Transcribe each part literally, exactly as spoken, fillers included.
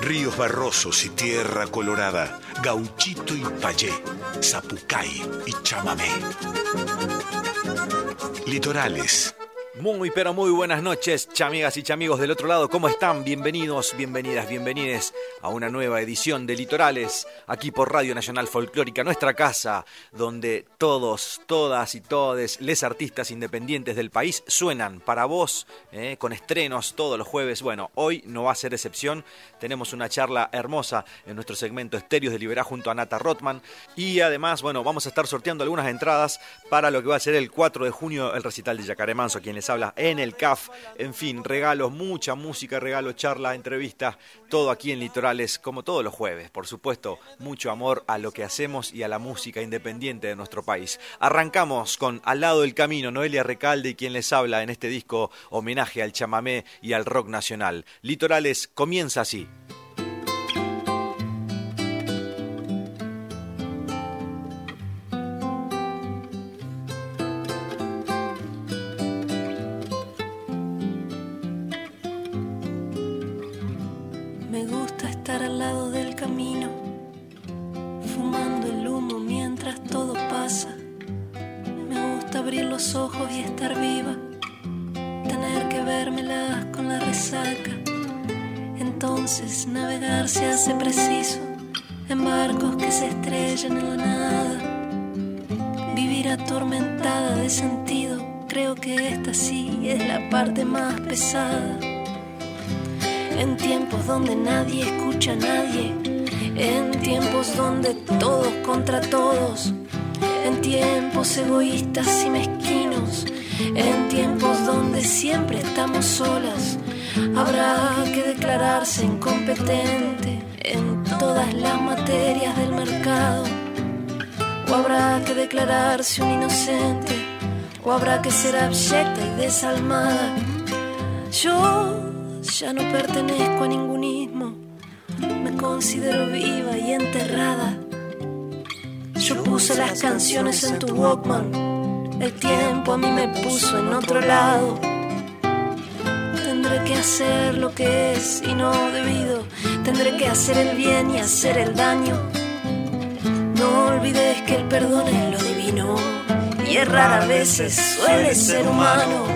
ríos barrosos y tierra colorada, gauchito y payé, zapucay y chamamé. Litorales. Muy, pero muy buenas noches, chamigas y chamigos del otro lado. ¿Cómo están? Bienvenidos, bienvenidas, bienvenides a una nueva edición de Litorales, aquí por Radio Nacional Folclórica, nuestra casa, donde todos, todas y todes, les artistas independientes del país suenan para vos, eh, con estrenos todos los jueves. Bueno, hoy no va a ser excepción. Tenemos una charla hermosa en nuestro segmento Estéreos de Liberá junto a Nata Rothman. Y además, bueno, vamos a estar sorteando algunas entradas para lo que va a ser el cuatro de junio, el recital de Yacaré Manso, quien les habla en el C A F. En fin, regalos, mucha música, regalos, charla, entrevistas, todo aquí en Litorales, como todos los jueves. Por supuesto, mucho amor a lo que hacemos y a la música independiente de nuestro país. Arrancamos con Al lado del camino, Noelia Recalde y quien les habla en este disco homenaje al chamamé y al rock nacional. Litorales comienza así. Navegar se hace preciso en barcos que se estrellan en la nada. Vivir atormentada de sentido, creo que esta sí es la parte más pesada. En tiempos donde nadie escucha a nadie, en tiempos donde todos contra todos, en tiempos egoístas y mezquinos, en tiempos donde siempre estamos solas. Habrá que declararse incompetente en todas las materias del mercado, o habrá que declararse un inocente, o habrá que ser abyecta y desalmada. Yo ya no pertenezco a ningún ismo, me considero viva y enterrada. Yo puse las canciones en tu Walkman, el tiempo a mí me puso en otro lado. Tendré que hacer lo que es y no debido. Tendré que hacer el bien y hacer el daño. No olvides que el perdón es lo divino, y errar a veces suele ser humano.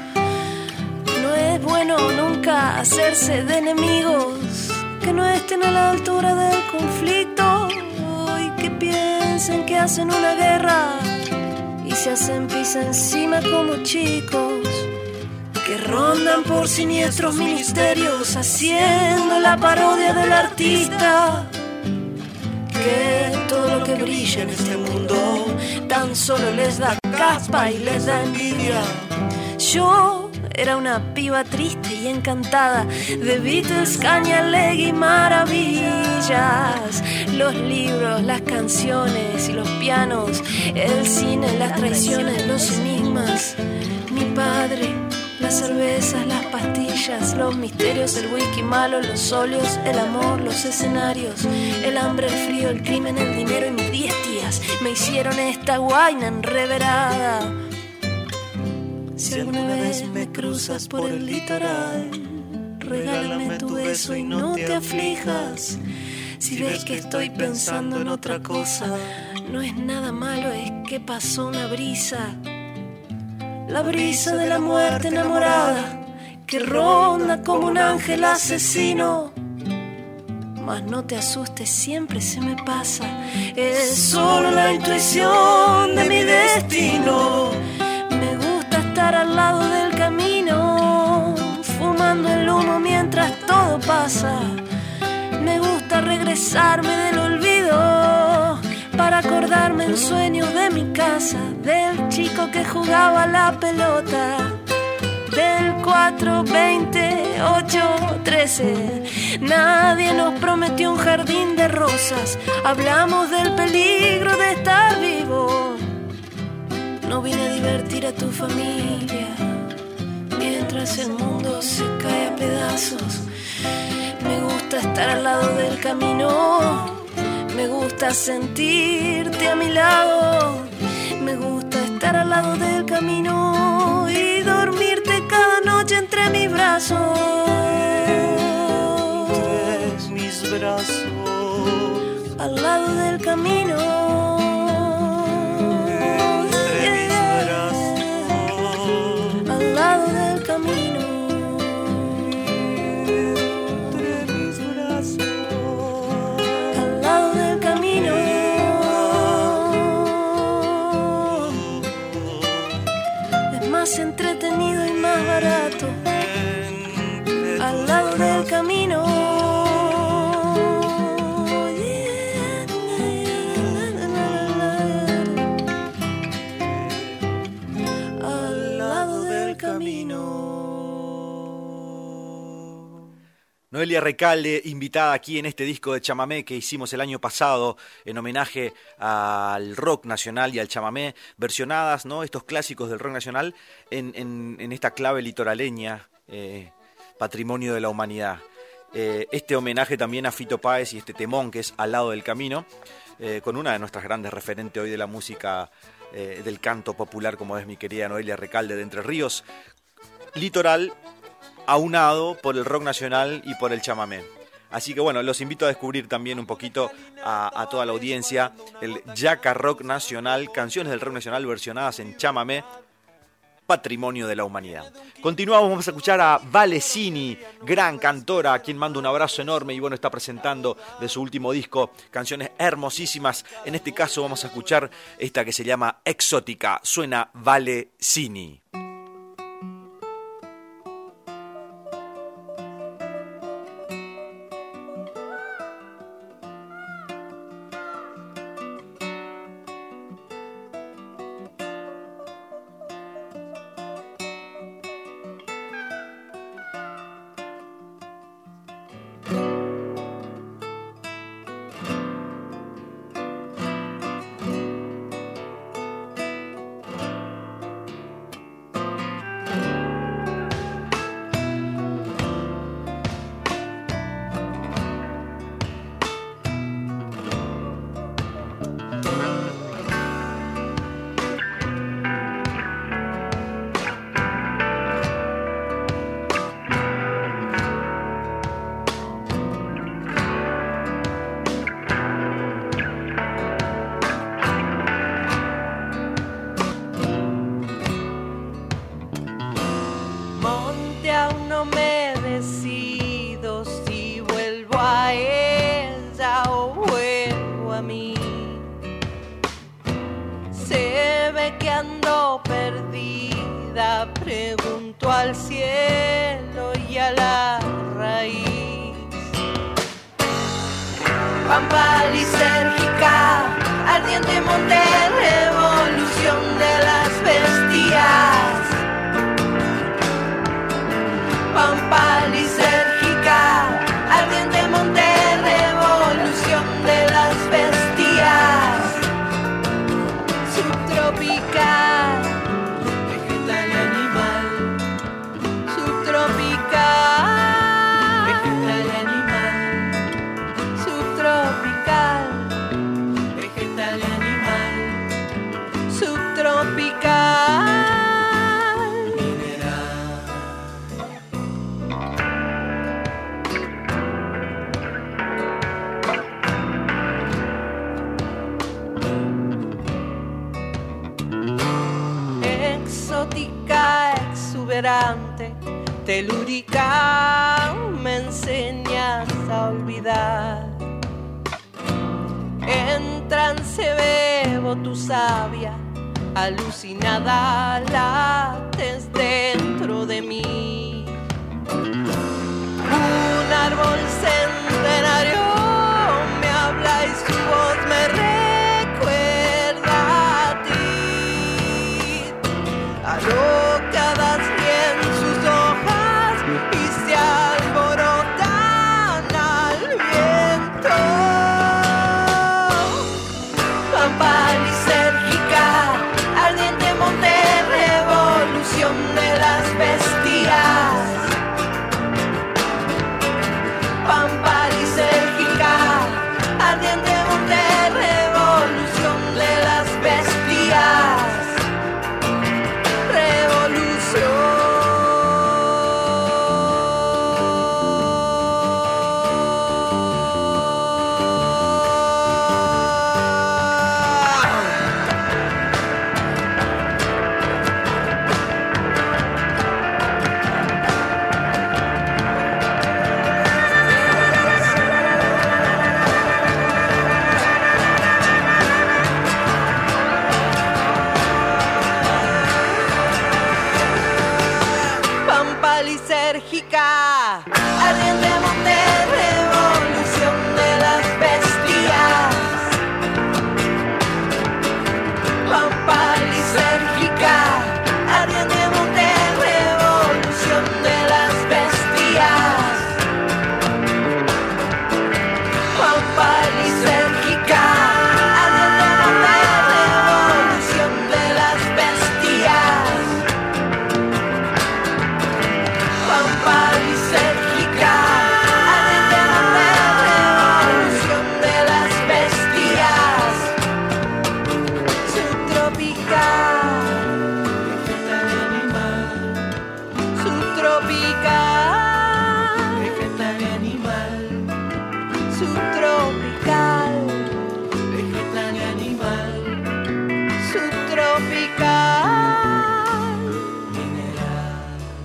No es bueno nunca hacerse de enemigos que no estén a la altura del conflicto y que piensen que hacen una guerra y se hacen pis encima como chicos, que rondan por siniestros ministerios haciendo la parodia del artista. Que todo lo que brilla en este mundo tan solo les da caspa y les da envidia. Yo era una piba triste y encantada de Beatles, Cañalegui y maravillas. Los libros, las canciones y los pianos, el cine, las traiciones, los enigmas. Mi padre, las cervezas, las pastillas, los misterios, el whisky malo, los óleos, el amor, los escenarios, el hambre, el frío, el crimen, el dinero y mis diez tías me hicieron esta guaina enreverada. Si alguna vez me cruzas por el litoral, regálame tu beso y no te aflijas. Si ves que estoy pensando en otra cosa, no es nada malo, es que pasó una brisa. La brisa de la muerte enamorada que ronda como un ángel asesino. Mas no te asustes, siempre se me pasa. Es solo la intuición de mi destino. Me gusta estar al lado del camino, fumando el humo mientras todo pasa. Me gusta regresarme del olvido para acordarme en sueños de mi casa, del chico que jugaba la pelota, del cuatro, veinte, ocho, trece. Nadie nos prometió un jardín de rosas. Hablamos del peligro de estar vivo. No vine a divertir a tu familia mientras el mundo se cae a pedazos. Me gusta estar al lado del camino, me gusta sentirte a mi lado, me gusta estar al lado del camino y dormirte cada noche entre mis brazos. Tú eres mis brazos, al lado del camino. Entre mis brazos, Al lado del camino. entre mis brazos, Al lado del camino. Es más entretenido y más barato. entre Al tus lado del brazos. camino. Al lado del camino. Noelia Recalde, invitada aquí en este disco de chamamé que hicimos el año pasado en homenaje al rock nacional y al chamamé, versionadas, ¿no?, estos clásicos del rock nacional en, en, en esta clave litoraleña, eh, patrimonio de la humanidad. Eh, este homenaje también a Fito Páez y este temón que es Al lado del camino, eh, con una de nuestras grandes referentes hoy de la música, eh, del canto popular, como es mi querida Noelia Recalde de Entre Ríos. Litoral aunado por el rock nacional y por el chamamé. Así que bueno, los invito a descubrir también un poquito a, a toda la audiencia el Yaca Rock Nacional, canciones del rock nacional versionadas en chamamé, patrimonio de la humanidad. Continuamos, vamos a escuchar a Valesini, gran cantora, a quien mando un abrazo enorme y bueno, está presentando de su último disco canciones hermosísimas. En este caso vamos a escuchar esta que se llama Exótica, suena Valesini. Pregunto al cielo y a la raíz. Pampa lisérgica, ardiente monte, revolución de las bestias. Pampa lisérgica, ardiente monte, revolución de las bestias. Subtropical, vegetal y animal. Subtropical, vegetal y animal. Subtropical, vegetal y animal. Subtropical, mineral. Exótica, exuberante, telúrica, me enseñas a olvidar. En trance bebo tu savia, alucinada lates dentro de mí. Un árbol centenario me habla y su voz me recuerda a ti. Alocadas en sus hojas y se alborotan al viento. Pampa lisérgica, ardiente monte, revolución de las bestias. Pampa lisérgica, ardiente monte, revolución de las bestias. Revolución. lisérgica, ardiente monte, revolución de las bestias. Pampa lisérgica, ardiente monte, revolución de las bestias. Pampa lisérgica, ardiente monte, revolución de las bestias. Pampa lisérgica, ardiente monte, revolución de las bestias. Subtropical, vegetal y animal. Subtropical, vegetal y animal. Subtropical, vegetal y animal. Subtropical, mineral.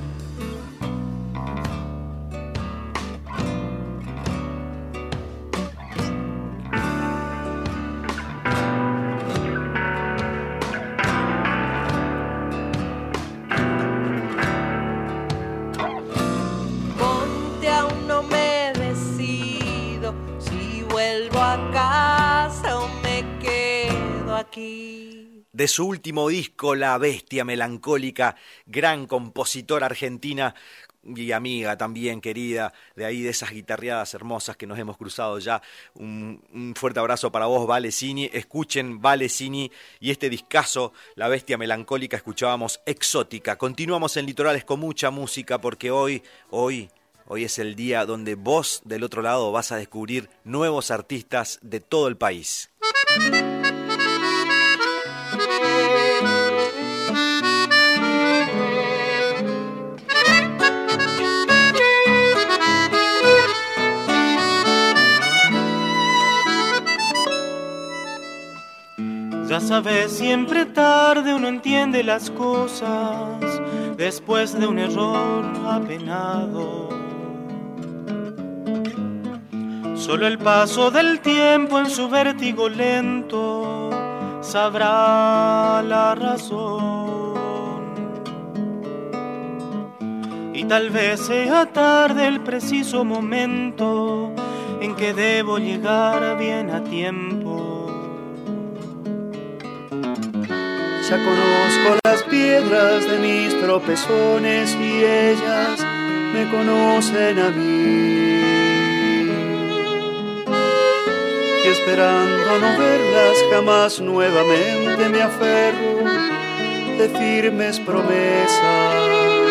Ponte, aún no me decido si vuelvo a casa o me quedo aquí. De su último disco, La Bestia Melancólica, gran compositora argentina y amiga también querida, de ahí de esas guitarreadas hermosas que nos hemos cruzado ya. Un, un fuerte abrazo para vos, Vale Cini. Escuchen Vale Cini y este discazo, La Bestia Melancólica. Escuchábamos Exótica. Continuamos en Litorales con mucha música porque hoy, hoy, hoy es el día donde vos del otro lado vas a descubrir nuevos artistas de todo el país. Ya sabes, siempre tarde uno entiende las cosas después de un error apenado. Solo el paso del tiempo en su vértigo lento sabrá la razón. Y tal vez sea tarde el preciso momento en que debo llegar bien a tiempo. Ya conozco las piedras de mis tropezones y ellas me conocen a mí. Y esperando no verlas jamás nuevamente me aferro de firmes promesas.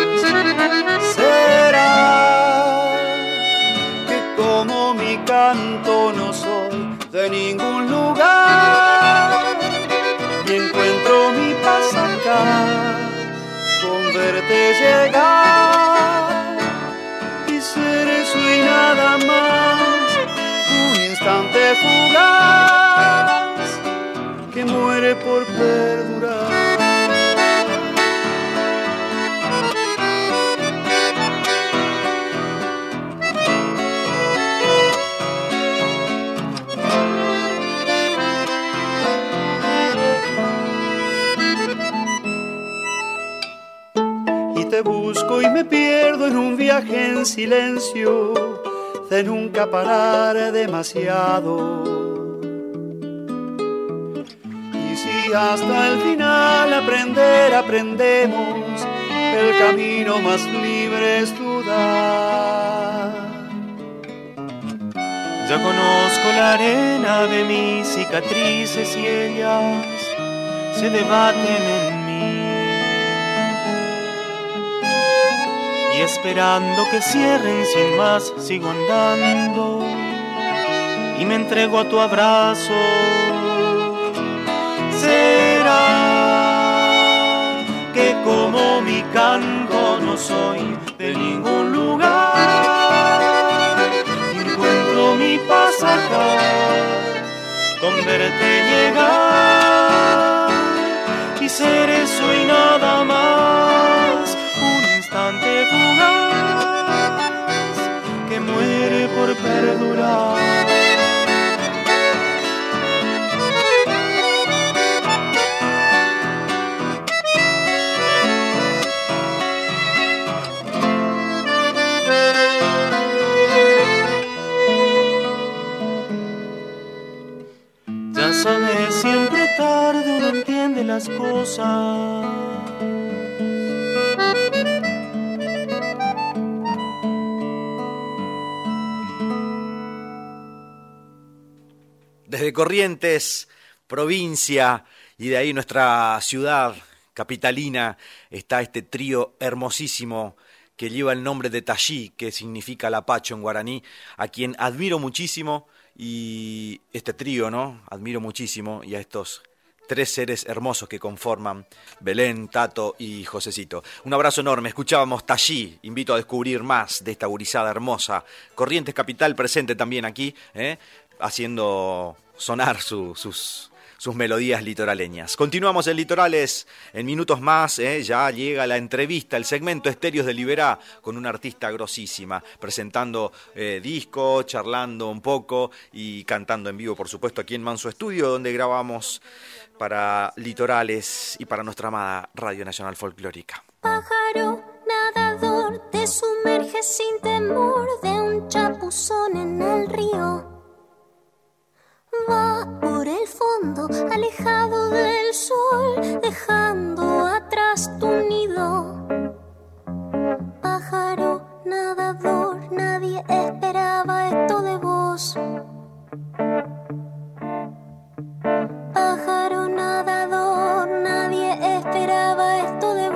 Será que como mi canto no soy de ningún lugar y encuentro mi paz acá con verte llegar y ser eso y nada más, un instante fugaz que muere por perdurar. Te busco y me pierdo en un viaje en silencio de nunca parar demasiado. Y si hasta el final aprender aprendemos, el camino más libre es dudar. Ya conozco la arena de mis cicatrices y ellas se debaten en mí. Y esperando que cierren sin más sigo andando y me entrego a tu abrazo. Será que como mi canto no soy de ningún lugar y encuentro mi paz acá con verte llegar y ser eso y nada más, un instante fugaz que muere por perdurar. Desde Corrientes, provincia, y de ahí nuestra ciudad capitalina, está este trío hermosísimo que lleva el nombre de Tallí, que significa lapacho en guaraní, a quien admiro muchísimo, y este trío, ¿no? Admiro muchísimo, y a estos tres seres hermosos que conforman Belén, Tato y Josecito. Un abrazo enorme. Escuchábamos Tallí. Invito a descubrir más de esta gurizada hermosa. Corrientes Capital presente también aquí, ¿eh? haciendo sonar su, sus, sus melodías litoraleñas. Continuamos en Litorales en minutos más. ¿eh? Ya llega la entrevista, el segmento Estéreos de Liberá, con una artista grosísima, presentando eh, disco, charlando un poco y cantando en vivo, por supuesto, aquí en Manso Estudio, donde grabamos para Litorales y para nuestra amada Radio Nacional Folclórica. Pájaro nadador, te sumerges sin temor de un chapuzón en el río. Va por el fondo, alejado del sol, dejando atrás tu nido. Pájaro nadador, nadie esperaba esto de vos. Pájaro nadador, nadie esperaba esto de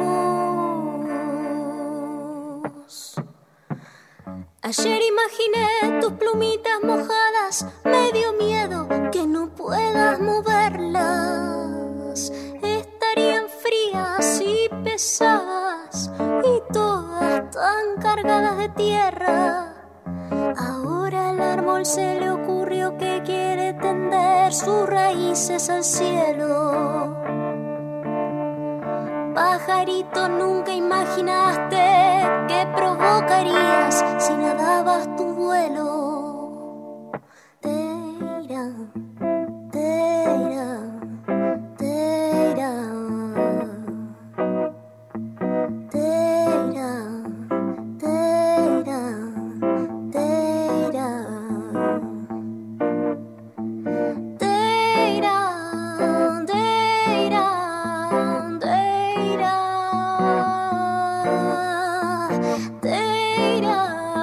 vos. Ayer imaginé tus plumitas mojadas, me dio miedo que no puedas moverlas. Estarían frías y pesadas y todas tan cargadas de tierra. Ahora al árbol se le ocurrió que quiere tender sus raíces al cielo. Pajarito, nunca imaginaste que provocarías si nadabas tu vuelo. Teira, teira, teira, teira, teira, teira, teira, teira, teira,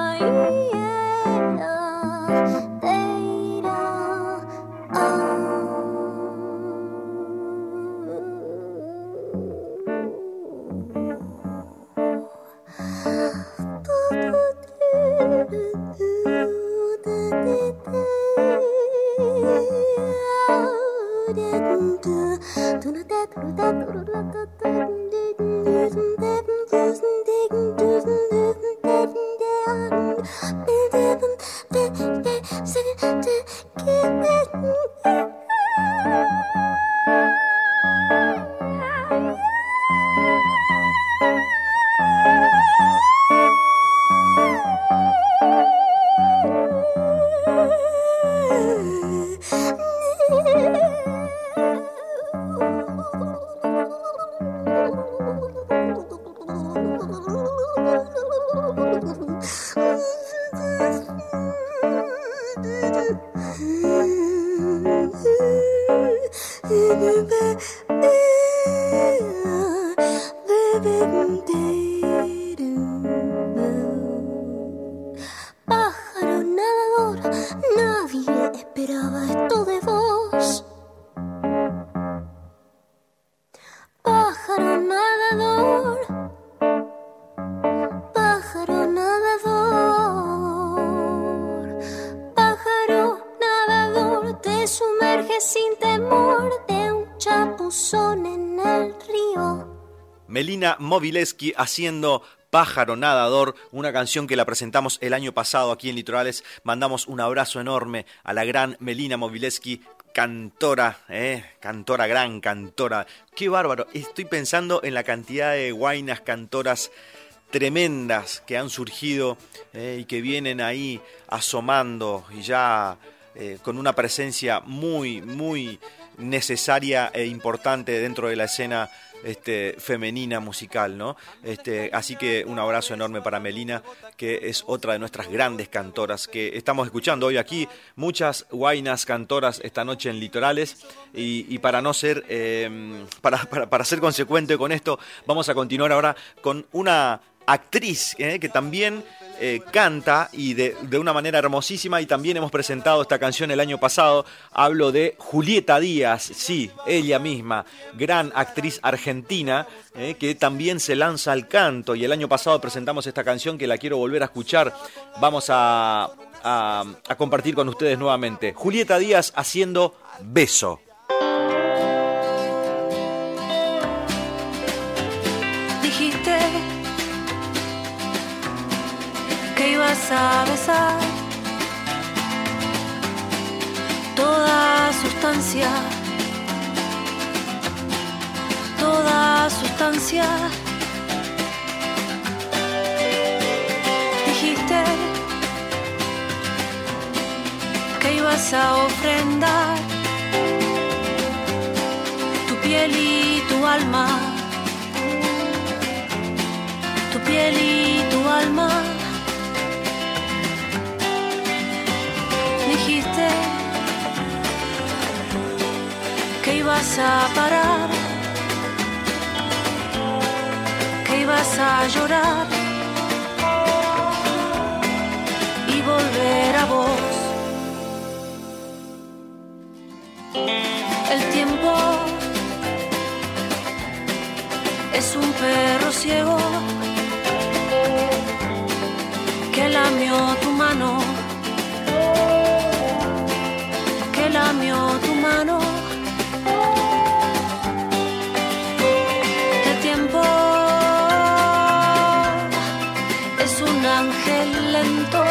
Pájaro nadador, nadie esperaba esto de vos. Pájaro nadador, pájaro nadador, pájaro nadador, te sumerges sin temor de un chapuzón en el río. Melina Mobileski haciendo Pájaro Nadador, una canción que la presentamos el año pasado aquí en Litorales. Mandamos un abrazo enorme a la gran Melina Mobileski, cantora, eh, cantora, gran cantora. Qué bárbaro, estoy pensando en la cantidad de guainas cantoras tremendas que han surgido eh, y que vienen ahí asomando y ya eh, con una presencia muy, muy necesaria e importante dentro de la escena Este, femenina musical, ¿no? Este, así que un abrazo enorme para Melina, que es otra de nuestras grandes cantoras que estamos escuchando hoy aquí. Muchas guainas cantoras esta noche en Litorales y, y para no ser, eh, para, para, para ser consecuente con esto, vamos a continuar ahora con una actriz eh, que también eh, canta y de, de una manera hermosísima, y también hemos presentado esta canción el año pasado. Hablo de Julieta Díaz, sí, ella misma, gran actriz argentina, eh, que también se lanza al canto, y el año pasado presentamos esta canción que la quiero volver a escuchar. Vamos a, a, a compartir con ustedes nuevamente. Julieta Díaz haciendo Beso. Dijiste que ibas a besar toda sustancia, toda sustancia. Dijiste que ibas a ofrendar tu piel y tu alma, tu piel y tu alma. Dijiste que ibas a parar, que ibas a llorar y volver a vos. El tiempo es un perro ciego que lamió tu mano, que lamió tu mano. El tiempo es un ángel lento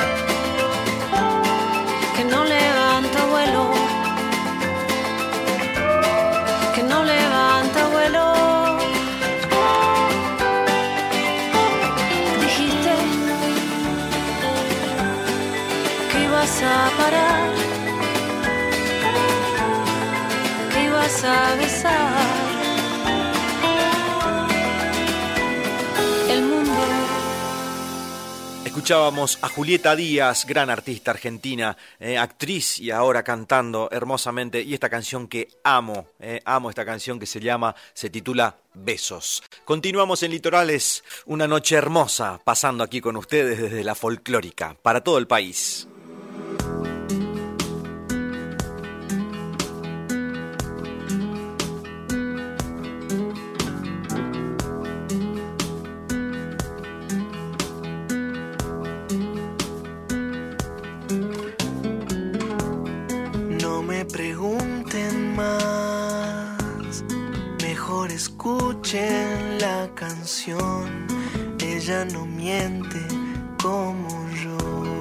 que no levanta vuelo, que no levanta vuelo. Dijiste que ibas a parar, que ibas a besar el mundo. Escuchábamos a Julieta Díaz, gran artista argentina, eh, actriz y ahora cantando hermosamente, y esta canción que amo, eh, amo esta canción que se llama, se titula Besos. Continuamos en Litorales, una noche hermosa, pasando aquí con ustedes desde la folclórica, para todo el país. Pregunten más, mejor escuchen la canción. Ella no miente como yo.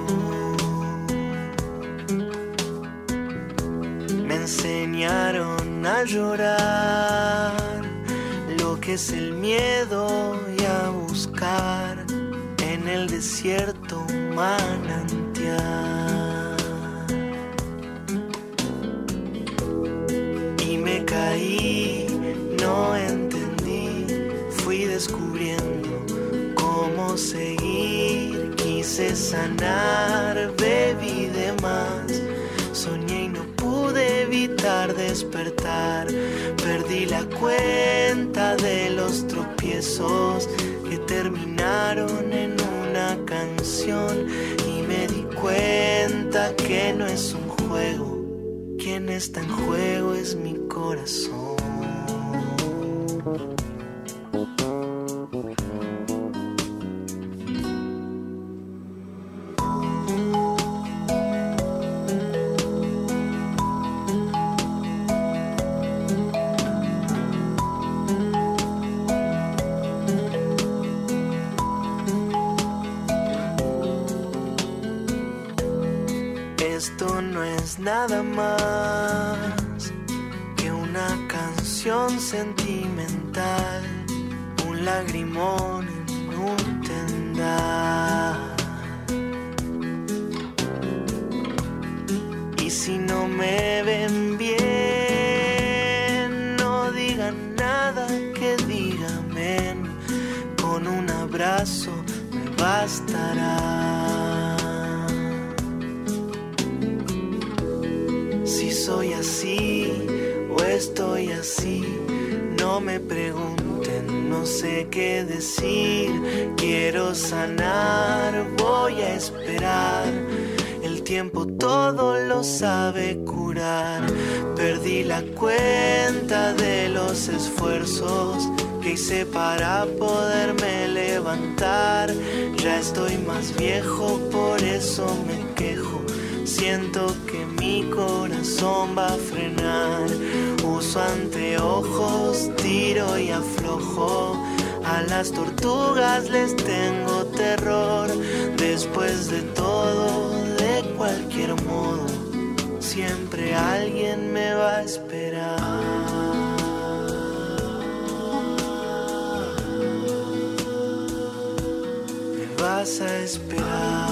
Me enseñaron a llorar lo que es el miedo y a buscar en el desierto un manantial. Me caí, no entendí, fui descubriendo cómo seguir. Quise sanar, bebí de más, soñé y no pude evitar despertar. Perdí la cuenta de los tropiezos que terminaron en una canción y me di cuenta que no es un juego. Quien está en juego es mi corazón. Esto no es nada más que una canción sentimental, un lagrimón en un tendal. Y si no me ven bien, no digan nada, que digan ven, con un abrazo me bastará. Si soy así o estoy así, no me pregunten, no sé qué decir. Quiero quiero sanar, voy a esperar. El tiempo todo lo sabe curar. Perdí la cuenta de los esfuerzos que hice para poderme levantar. Ya estoy más viejo, por eso me quejo. Siento que mi corazón va a frenar. Uso anteojos, tiro y aflojo. A las tortugas les tengo terror. Después de todo, de cualquier modo, siempre alguien me va a esperar. Me vas a esperar.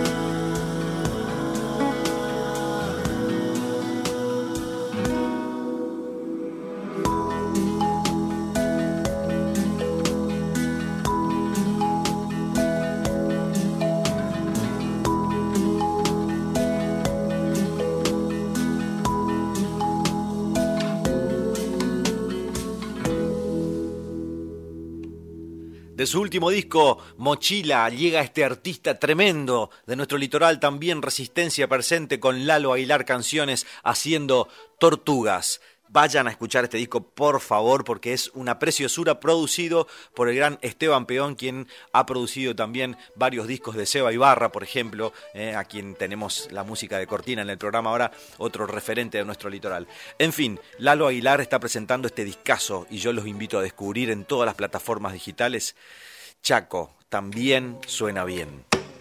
De su último disco, Mochila, llega este artista tremendo de nuestro litoral, también Resistencia presente con Lalo Aguilar Canciones haciendo Tortugas. Vayan a escuchar este disco, por favor, porque es una preciosura, producido por el gran Esteban Peón, quien ha producido también varios discos de Seba Ibarra, por ejemplo, eh, a quien tenemos la música de cortina en el programa ahora, otro referente de nuestro litoral. En fin, Lalo Aguilar está presentando este discazo y yo los invito a descubrir en todas las plataformas digitales. Chaco, también suena bien.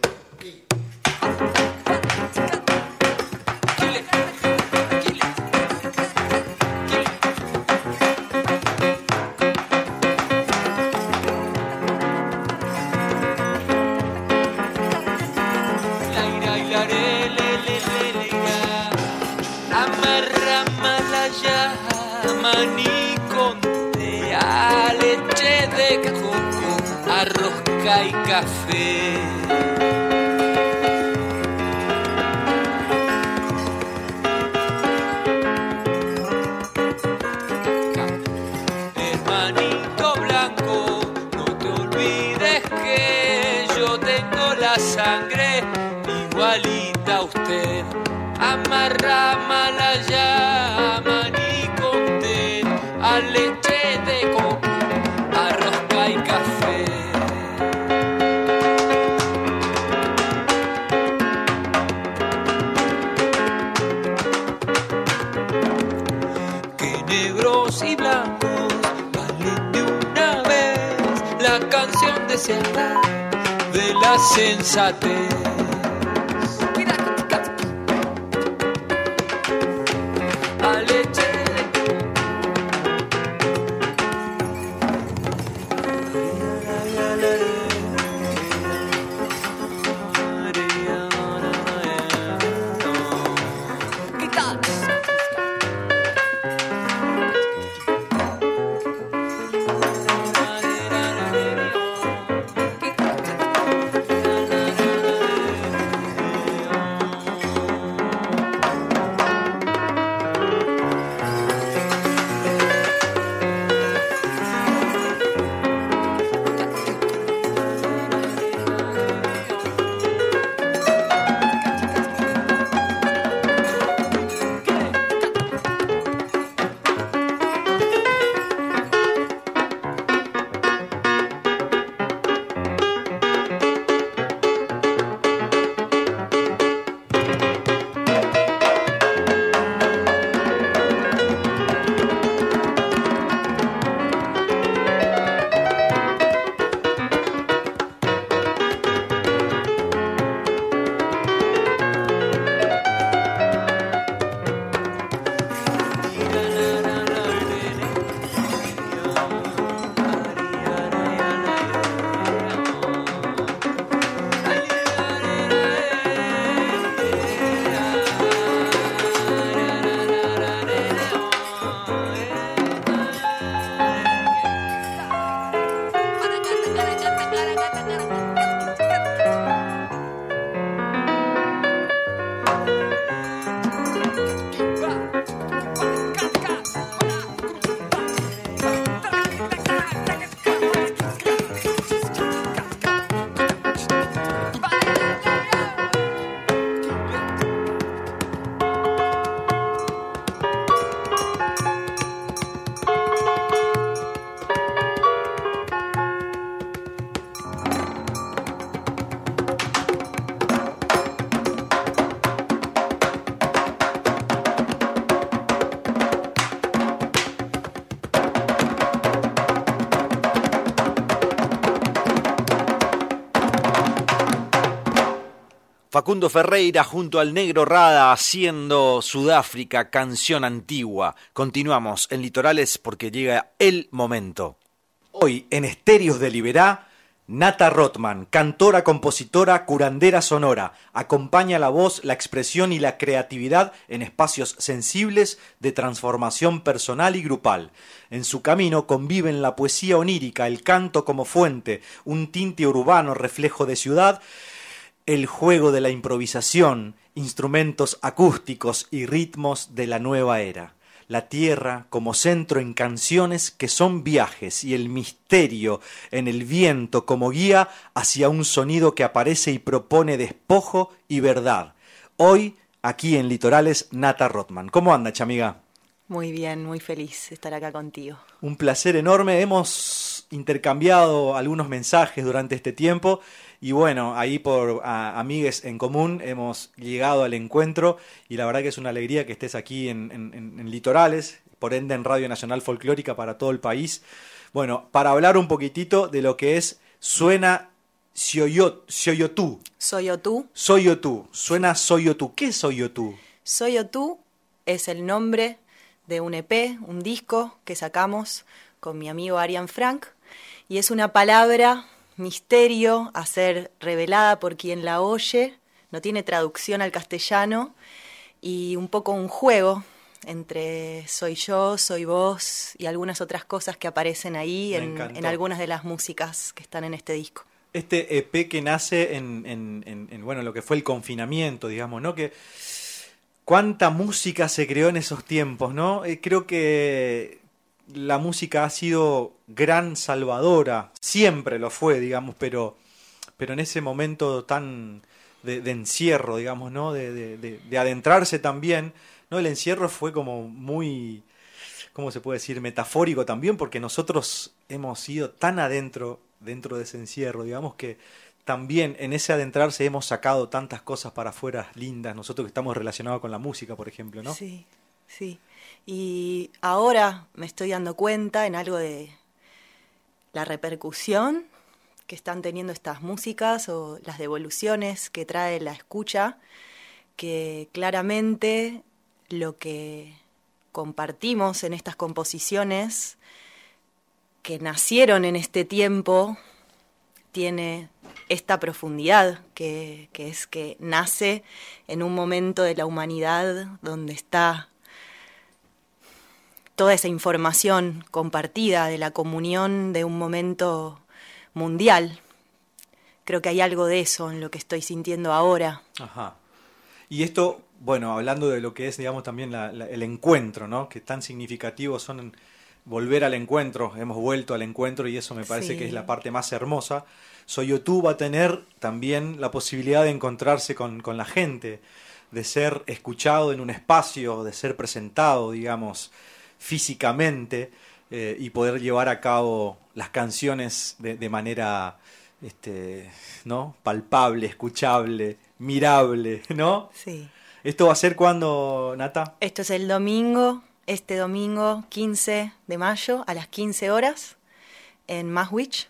Y café. Hermanito blanco, no te olvides que yo tengo la sangre igualita a usted. Amarra malaya, maní con té, a leche de coco, a rosca y café. Y blancos valen de una vez la canción deseada de la sensatez. A leche Facundo Ferreira junto al Negro Rada haciendo Sudáfrica, canción antigua. Continuamos en Litorales porque llega el momento. Hoy en Estéreos de Liberá, Nata Rothman, cantora, compositora, curandera sonora, acompaña la voz, la expresión y la creatividad en espacios sensibles de transformación personal y grupal. En su camino conviven la poesía onírica, el canto como fuente, un tinte urbano reflejo de ciudad, el juego de la improvisación, instrumentos acústicos y ritmos de la nueva era. La tierra como centro en canciones que son viajes y el misterio en el viento como guía hacia un sonido que aparece y propone despojo y verdad. Hoy, aquí en Litorales, Nata Rothman. ¿Cómo anda, chamiga? Muy bien, muy feliz de estar acá contigo. Un placer enorme. Hemos intercambiado algunos mensajes durante este tiempo y bueno, ahí por a, amigues en común hemos llegado al encuentro y la verdad que es una alegría que estés aquí en, en, en Litorales, por ende en Radio Nacional Folclórica para todo el país. Bueno, para hablar un poquitito de lo que es Suena Soyotú. Soyotú. Soyotú. Suena Soyotú. ¿Qué es Soyotú? Soyotú es el nombre de un E P, un disco que sacamos con mi amigo Arian Frank, y es una palabra misterio a ser revelada por quien la oye, no tiene traducción al castellano, y un poco un juego entre soy yo, soy vos y algunas otras cosas que aparecen ahí en, en algunas de las músicas que están en este disco. Este E P que nace en, en, en, en bueno, lo que fue el confinamiento, digamos, ¿no? Que cuánta música se creó en esos tiempos, ¿no? Eh, creo que la música ha sido gran salvadora, siempre lo fue, digamos, pero, pero en ese momento tan de, de encierro, digamos, ¿no? De, de, de, de adentrarse también, ¿no? El encierro fue como muy, ¿cómo se puede decir? Metafórico también, porque nosotros hemos ido tan adentro, dentro de ese encierro, digamos, que también en ese adentrarse hemos sacado tantas cosas para afuera lindas, nosotros que estamos relacionados con la música, por ejemplo, ¿no? Sí, sí. Y ahora me estoy dando cuenta en algo de la repercusión que están teniendo estas músicas o las devoluciones que trae la escucha, que claramente lo que compartimos en estas composiciones que nacieron en este tiempo tiene esta profundidad que, que es que nace en un momento de la humanidad donde está toda esa información compartida de la comunión de un momento mundial. Creo que hay algo de eso en lo que estoy sintiendo ahora. Ajá. Y esto, bueno, hablando de lo que es, digamos, también la, la, el encuentro, ¿no? Que tan significativos son volver al encuentro, hemos vuelto al encuentro y eso me parece sí. que es la parte más hermosa. Soyotú va a tener también la posibilidad de encontrarse con, con la gente, de ser escuchado en un espacio, de ser presentado, digamos, físicamente eh, y poder llevar a cabo las canciones de, de manera este, ¿no? palpable, escuchable, mirable, ¿no? Sí. ¿Esto va a ser cuándo, Nata? Esto es el domingo, este domingo quince de mayo a las quince horas en Maswich,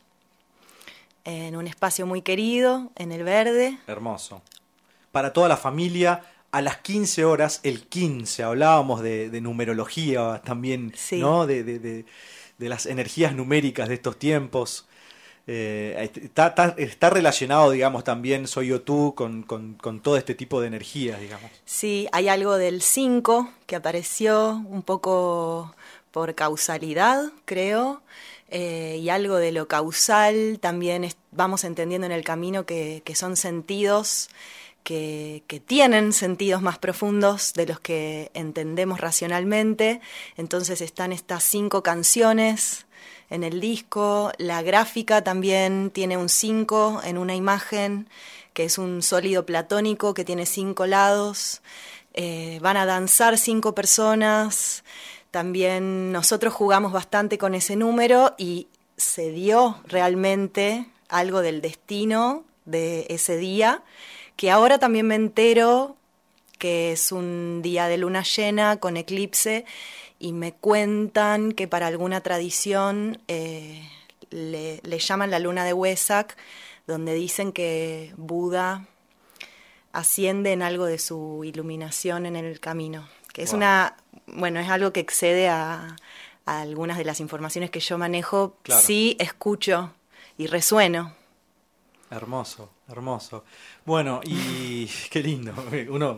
en un espacio muy querido, en el Verde. Hermoso. Para toda la familia, a las quince horas, el quince, hablábamos de, de numerología también, sí. ¿no? De, de, de, de las energías numéricas de estos tiempos. Eh, está, está, está relacionado, digamos, también Soyotú con, con, con todo este tipo de energías, digamos. Sí, hay algo del cinco que apareció un poco por causalidad, creo, eh, y algo de lo causal también es, vamos entendiendo en el camino que, que son sentidos que, que tienen sentidos más profundos de los que entendemos racionalmente. Entonces están estas cinco canciones en el disco, la gráfica también tiene un cinco en una imagen, que es un sólido platónico que tiene cinco lados, eh, van a danzar cinco personas, también nosotros jugamos bastante con ese número y se dio realmente algo del destino de ese día, que ahora también me entero que es un día de luna llena con eclipse, y me cuentan que para alguna tradición eh, le, le llaman la luna de Wesak, donde dicen que Buda ascienden algo de su iluminación en el camino, que es Wow. una, bueno, es algo que excede a, a algunas de las informaciones que yo manejo. Claro. Sí escucho y resueno. Hermoso, hermoso. Bueno, y qué lindo. Uno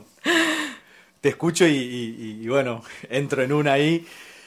te escucho y, y, y bueno, entro en una ahí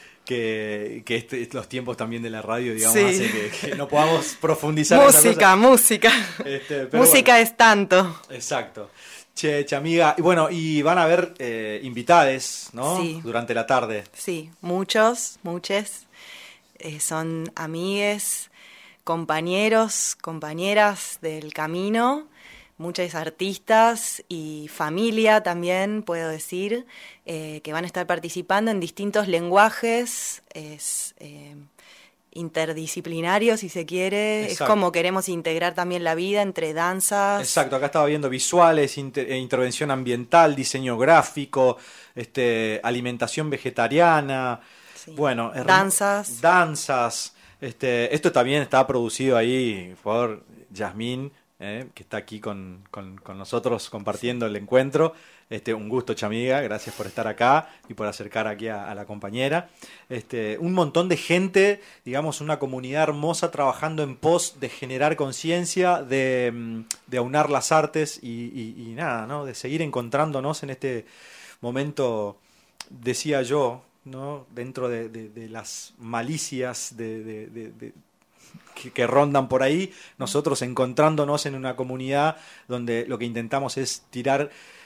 que, que este, los tiempos también de la radio, digamos, Sí. hace que, que no podamos profundizar en esa Música, cosa. música. Este, pero Música bueno. es tanto. Exacto. Che, che, amiga. Y bueno, y van a haber eh, invitades, ¿no? Sí. Durante la tarde. Sí, muchos, muchos. Eh, son amigues, compañeros, compañeras del camino, muchos artistas y familia también, puedo decir, eh, que van a estar participando en distintos lenguajes, es, eh, interdisciplinarios, si se quiere. Exacto. Es como queremos integrar también la vida entre danzas. Exacto, acá estaba viendo visuales, inter- eh, intervención ambiental, diseño gráfico, este, alimentación vegetariana, Sí. bueno, hermo- Danzas. danzas. Este, esto también está producido ahí por Yasmín, eh, que está aquí con, con, con nosotros compartiendo el encuentro. Este, un gusto, chamiga, gracias por estar acá y por acercar aquí a, a la compañera. Este, un montón de gente, digamos, una comunidad hermosa trabajando en pos de generar conciencia, de, mm, de aunar las artes y, y- y nada, ¿no? De seguir encontrándonos en este momento, decía yo, ¿no? Dentro de, de- de las malicias de, de- de- de- que, que rondan por ahí, nosotros encontrándonos en una comunidad donde lo que intentamos es tirar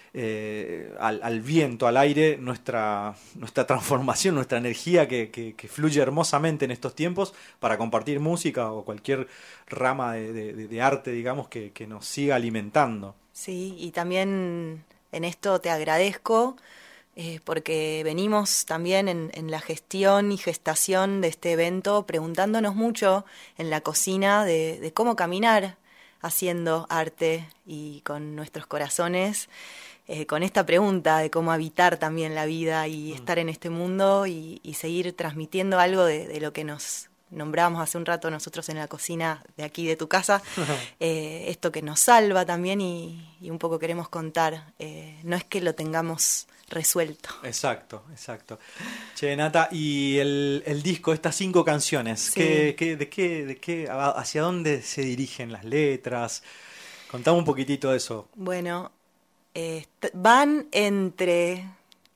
eh, al, al viento, al aire, nuestra, nuestra transformación, nuestra energía que, que- que fluye hermosamente en estos tiempos para compartir música o cualquier rama de, de- de arte, digamos, que, que nos siga alimentando. Sí, y también en esto te agradezco eh, porque venimos también en, en la gestión y gestación de este evento preguntándonos mucho en la cocina de, de cómo caminar haciendo arte y con nuestros corazones, eh, con esta pregunta de cómo habitar también la vida y Mm. estar en este mundo y, y seguir transmitiendo algo de, de lo que nos nombramos hace un rato nosotros en la cocina de aquí de tu casa, eh, esto que nos salva también y, y un poco queremos contar, eh, no es que lo tengamos resuelto. Exacto, exacto. Che, Nata, y el, el disco, estas cinco canciones, Sí. ¿qué, qué, de qué, de qué, a- hacia dónde se dirigen las letras? Contame un poquitito de eso. Bueno, eh, est- van entre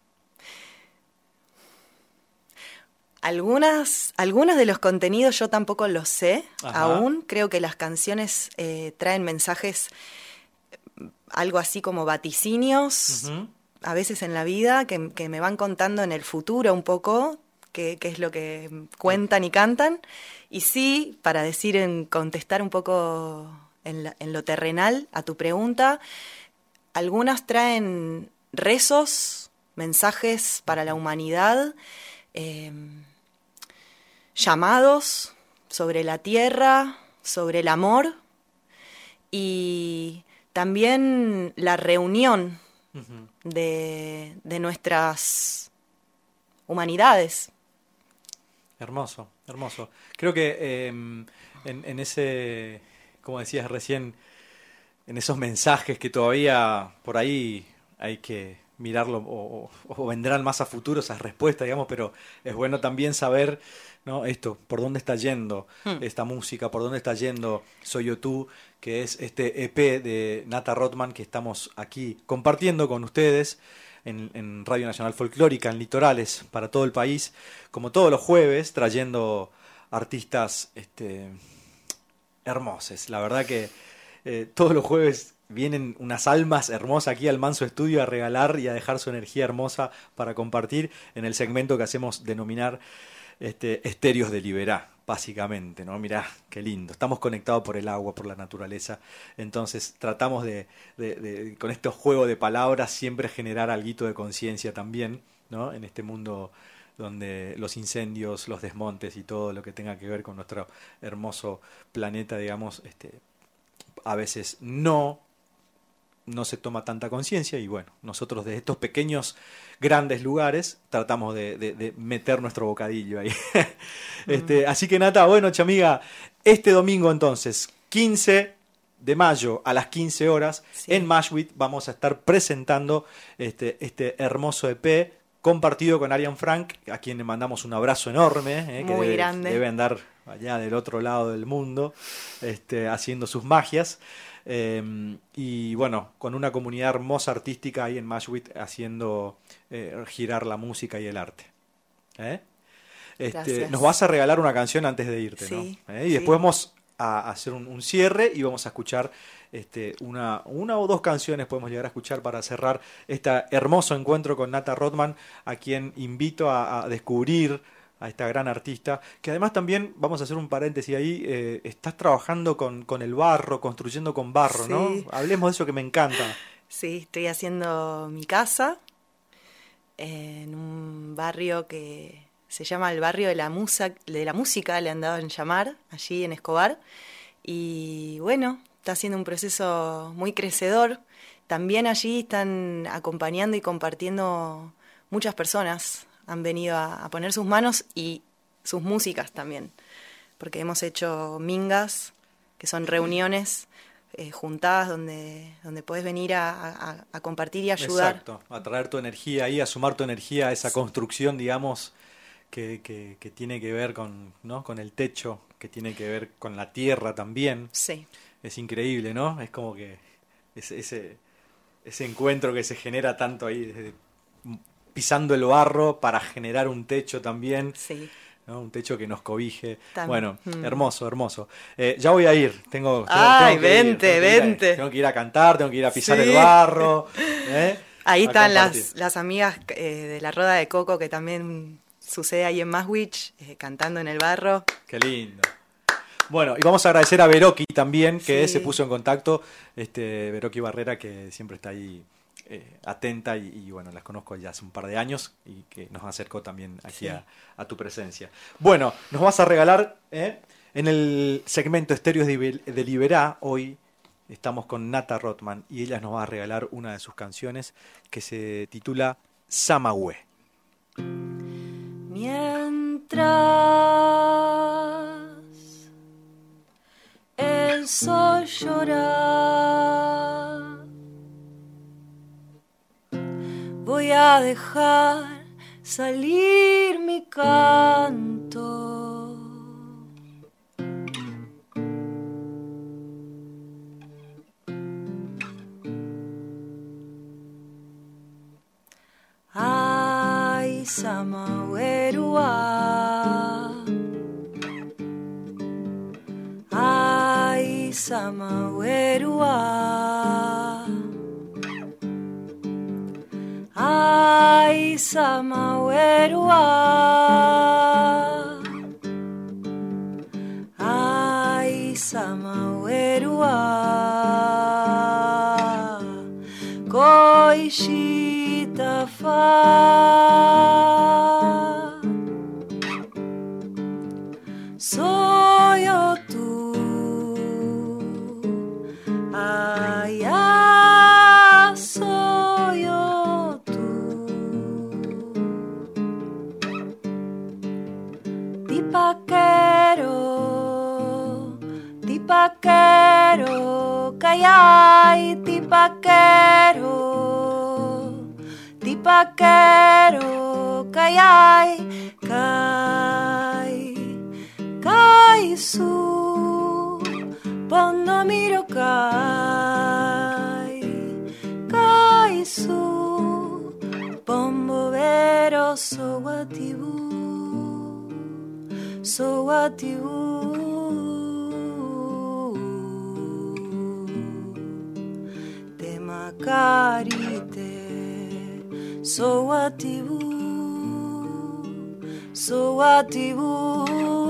algunas, algunos de los contenidos yo tampoco los sé Ajá. aún. Creo que las canciones eh, traen mensajes, eh, algo así como vaticinios, Ujú. a veces en la vida, que, que me van contando en el futuro un poco qué, qué es lo que cuentan y cantan. Y sí, para decir, en contestar un poco en, la- en lo terrenal a tu pregunta, algunas traen rezos, mensajes para la humanidad, eh, llamados sobre la tierra, sobre el amor y también la reunión Ujú. de, de nuestras humanidades. Hermoso, hermoso. Creo que eh, en, en ese, como decías recién, en esos mensajes que todavía por ahí hay que mirarlo o, o- o vendrán más a futuro esas respuestas, digamos, pero es bueno también saber, ¿no? Esto, por dónde está yendo Hmm. esta música, por dónde está yendo Soy Yo Tú, que es este E P de Nata Rothman que estamos aquí compartiendo con ustedes en, en Radio Nacional Folclórica, en Litorales, para todo el país, como todos los jueves, trayendo artistas este, hermosos. La verdad que eh, todos los jueves vienen unas almas hermosas aquí al Manso Estudio a regalar y a dejar su energía hermosa para compartir en el segmento que hacemos denominar este, Estéreos de Liberá, básicamente, ¿no? Mirá, qué lindo. Estamos conectados por el agua, por la naturaleza. Entonces tratamos de, de- de- con estos juegos de palabras, siempre generar alguito de conciencia también, ¿no? En este mundo donde los incendios, los desmontes y todo lo que tenga que ver con nuestro hermoso planeta, digamos, este, a veces no no se toma tanta conciencia y bueno, nosotros de estos pequeños grandes lugares tratamos de, de- de meter nuestro bocadillo ahí. este, así que Nata, bueno, chamiga, este domingo entonces, quince de mayo a las quince horas, Sí. en Mashwit vamos a estar presentando este, este hermoso E P compartido con Arian Frank, a quien le mandamos un abrazo enorme, eh, que Muy debe, grande. debe andar allá del otro lado del mundo este, haciendo sus magias. Eh, y bueno, con una comunidad hermosa artística ahí en Mashwit haciendo eh, girar la música y el arte. ¿Eh? Este, Gracias. nos vas a regalar una canción antes de irte, Sí, ¿no? ¿Eh? Y sí. después vamos a hacer un, un cierre y vamos a escuchar este, una, una o dos canciones, podemos llegar a escuchar para cerrar este hermoso encuentro con Nata Rothman, a quien invito a, a descubrir a esta gran artista, que además también, vamos a hacer un paréntesis ahí, eh, estás trabajando con, con el barro, construyendo con barro, Sí. ¿no? Hablemos de eso que me encanta. Sí, estoy haciendo mi casa en un barrio que se llama el barrio de la, musa, de la música, le han dado en llamar, allí en Escobar. Y bueno, está siendo un proceso muy crecedor. También allí están acompañando y compartiendo muchas personas. Han venido a, a poner sus manos y sus músicas también. Porque hemos hecho mingas, que son reuniones eh, juntadas donde, donde podés venir a, a, a compartir y ayudar. Exacto, a traer tu energía ahí, a sumar tu energía a esa construcción, digamos, que, que, que tiene que ver con, ¿no? con el techo, que tiene que ver con la tierra también. Sí. Es increíble, ¿no? Es como que ese, ese, ese encuentro que se genera tanto ahí, desde pisando el barro para generar un techo también. Sí. ¿No? Un techo que nos cobije. También. Bueno, Mm. hermoso, hermoso. Eh, ya voy a ir. Tengo, tengo, Ay, tengo que ir, vente, tengo que ir a- vente. tengo que ir a cantar, tengo que ir a pisar Sí. el barro. ¿eh? Ahí A están compartir. las, las amigas eh, de la Roda de Coco, que también sucede ahí en Maswich, eh, cantando en el barro. Qué lindo. Bueno, y vamos a agradecer a Veroki también, que Sí. se puso en contacto. Este, Veroki Barrera, que siempre está ahí eh, atenta y, y bueno, las conozco ya hace un par de años y que nos acercó también aquí Sí. a, a tu presencia. Bueno, nos vas a regalar ¿eh? en el segmento Estéreos de, Ibe- de Liberá. Hoy estamos con Nata Rothman y ella nos va a regalar una de sus canciones que se titula Samahue. Mientras el sol llora, voy a dejar salir mi canto. Ay, Samawerua. Ay, Samawerua. Ay, Samawerua. Ay, Samawerua. Koishita fa. Soy yo tú. Ay, ah, soy yo tú. Tipaquero, tipaquero, callay, tipaquero, tipaquero, callay, cay, cay su, pondo miro cay, cay su, pombo vero so watibu, so watibu. Makarite, so watibu, so watibu.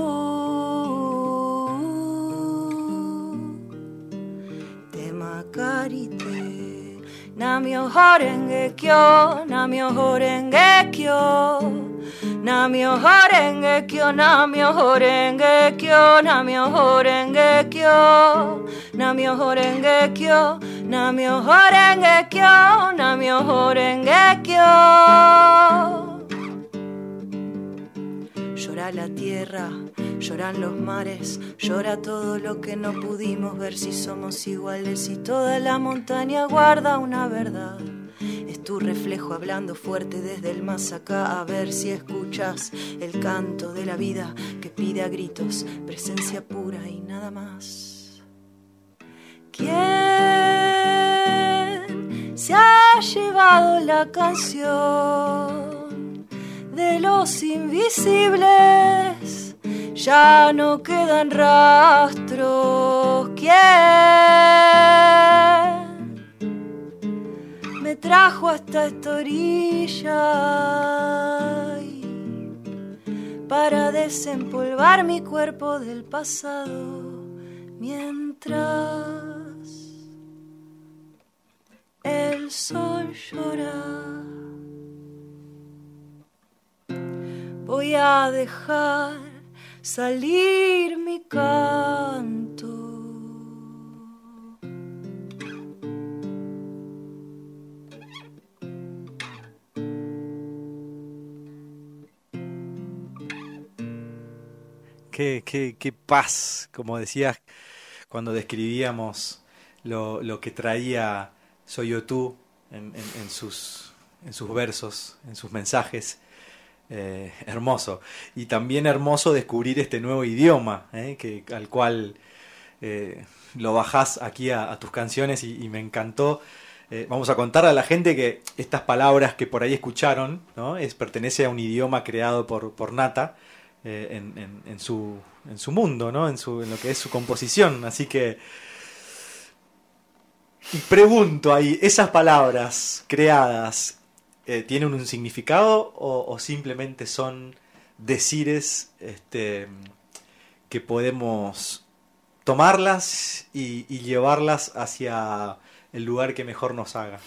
Te makarite, namyo horenge kyo, namyo horenge kyo, namyo horenge kyo, namyo horenge kyo, namyo horenge kyo, namyo horenge kyo. Namyo horenge kyo, namyo horenge kyo. Llora la tierra, lloran los mares, llora todo lo que no pudimos ver. Si somos iguales y toda la montaña guarda una verdad. Es tu reflejo hablando fuerte desde el más acá. A ver si escuchas el canto de la vida que pide a gritos presencia pura y nada más. ¿Quién se ha llevado la canción de los invisibles? Ya no quedan rastros. ¿Quién me trajo hasta esta orilla para desempolvar mi cuerpo del pasado mientras el sol llora? Voy a dejar salir mi canto. Qué, qué, qué paz, como decías cuando describíamos lo, lo que traía Soy Yo Tú en, en, en, sus, en sus versos, en sus mensajes. Eh, hermoso. Y también hermoso descubrir este nuevo idioma, eh, que, al cual eh, lo bajás aquí a, a tus canciones y, y me encantó. Eh, vamos a contar a la gente que estas palabras que por ahí escucharon, ¿no? Es, pertenece a un idioma creado por, por Nata. Eh, en, en, en, su, en su mundo, ¿no? En, su, en lo que es su composición. Así que pregunto ahí, ¿esas palabras creadas eh, tienen un significado o, o simplemente son decires este, que podemos tomarlas y, y llevarlas hacia el lugar que mejor nos haga?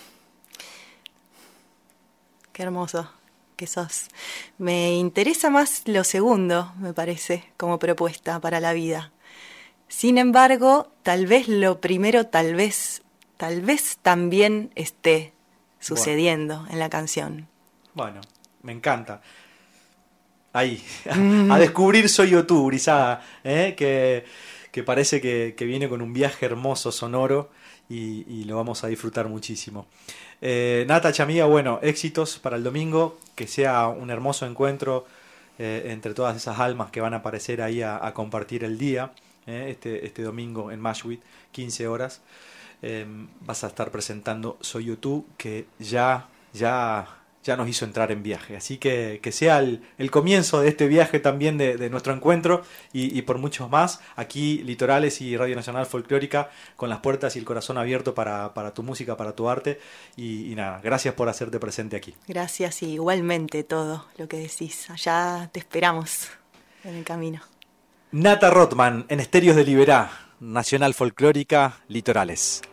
Qué hermoso que sos. Me interesa más lo segundo, me parece, como propuesta para la vida. Sin embargo, tal vez lo primero, tal vez, tal vez también esté sucediendo bueno. en la canción. Bueno, me encanta. Ahí, a, a descubrir Soy Yo Tú, Brizada, ¿eh? que, que parece que, que viene con un viaje hermoso, sonoro, y, y lo vamos a disfrutar muchísimo. Eh, Nata, Chamiga, bueno, éxitos para el domingo, que sea un hermoso encuentro eh, entre todas esas almas que van a aparecer ahí a, a compartir el día, eh, este, este domingo en Mashwit, quince horas. Eh, vas a estar presentando Soy Yo Tú, que ya, ya, ya nos hizo entrar en viaje. Así que que sea el, el comienzo de este viaje también de, de nuestro encuentro y, y por muchos más. Aquí Litorales y Radio Nacional Folclórica con las puertas y el corazón abierto para, para tu música, para tu arte. Y, y nada, gracias por hacerte presente aquí. Gracias, y igualmente todo lo que decís. Allá te esperamos en el camino. Nata Rothman en Estéreos de Liberá, Nacional Folclórica, Litorales.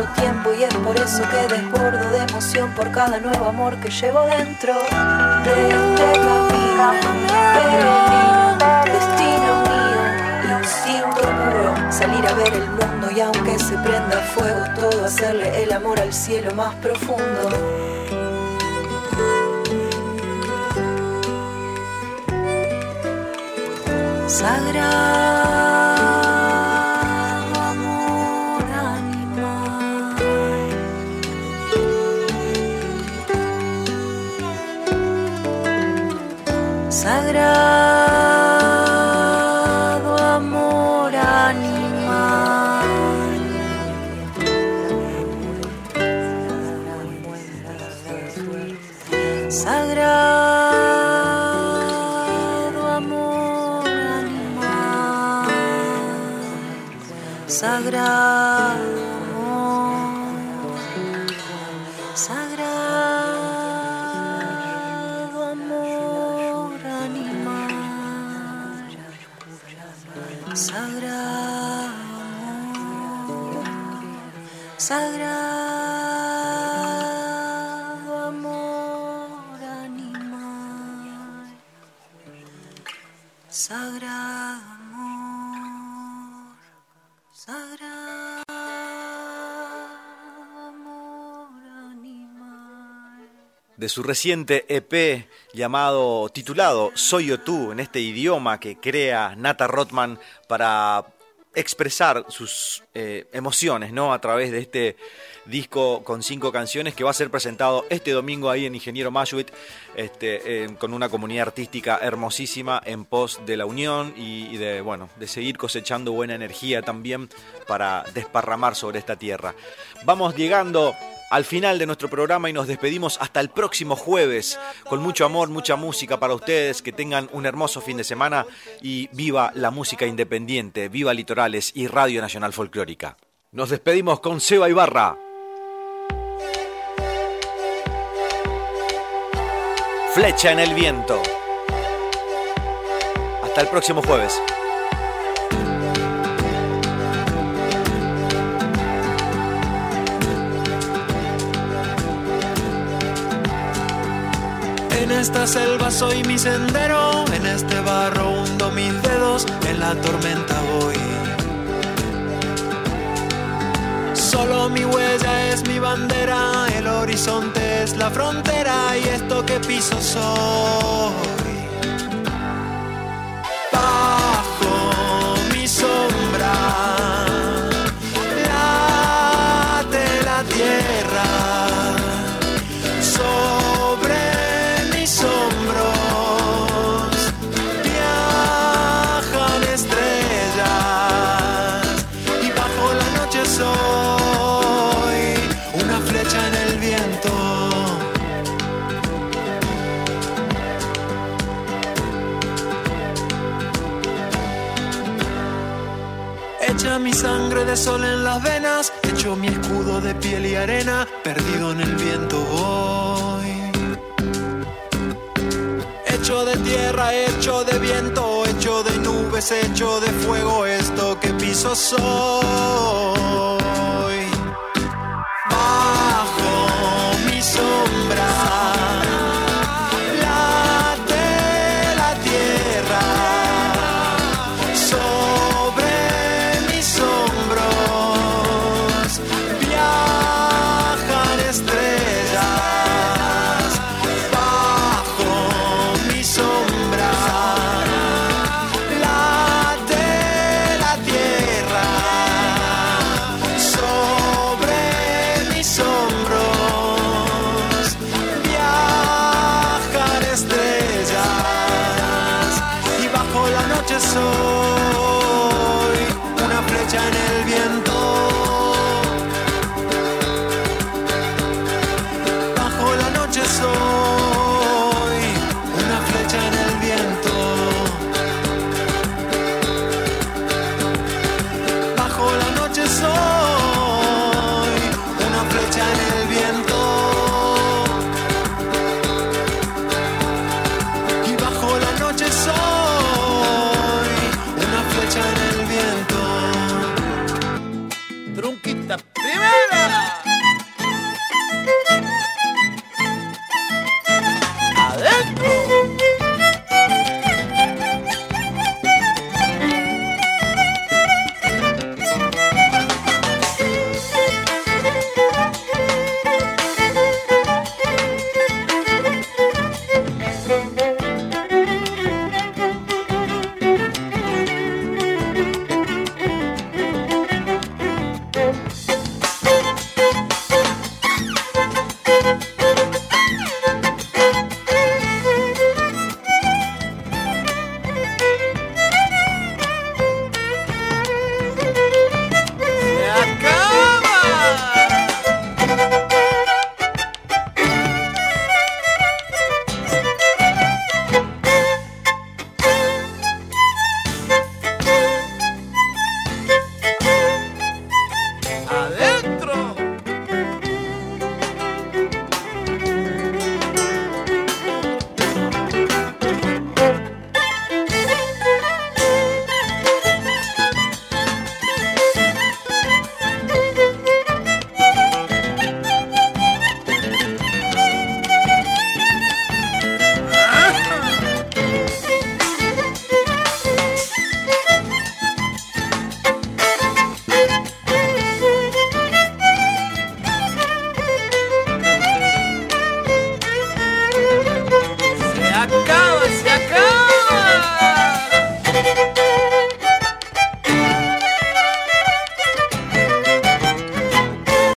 otro tiempo y es por eso que desbordo de emoción por cada nuevo amor que llevo dentro de este camino peregrino, destino mío, instinto puro, salir a ver el mundo y aunque se prenda fuego todo, hacerle el amor al cielo más profundo. Sagrado amor animal, sagrado amor animal, sagrado amor animal, sagrado amor, sagrado amor animal, sagrado amor, sagrado amor animal, sagrado amor, sagrado amor animal. De su reciente E P llamado, titulado Soy yo tú, en este idioma que crea Nata Rothman para expresar sus eh, emociones, ¿no? A través de este disco con cinco canciones que va a ser presentado este domingo ahí en Ingeniero Mayuit, este, eh, con una comunidad artística hermosísima en pos de la unión y, y de, bueno, de seguir cosechando buena energía también para desparramar sobre esta tierra. Vamos llegando al final de nuestro programa y nos despedimos hasta el próximo jueves con mucho amor, mucha música para ustedes, que tengan un hermoso fin de semana y viva la música independiente, viva Litorales y Radio Nacional Folclórica. Nos despedimos con Seba Ibarra. Flecha en el viento. Hasta el próximo jueves. En esta selva soy mi sendero, en este barro hundo mis dedos, en la tormenta voy. Solo mi huella es mi bandera, el horizonte es la frontera y esto que piso soy. Bajo mi sombra late la tierra, sobre mis hombros viajan estrellas y bajo la noche soy una flecha en el viento. Echa mi sangre de sol en las venas, echo mi escudo de piel y arena, perdido en el viento voy. Hecho de tierra, hecho de viento, hecho de nubes, hecho de fuego, esto que piso soy.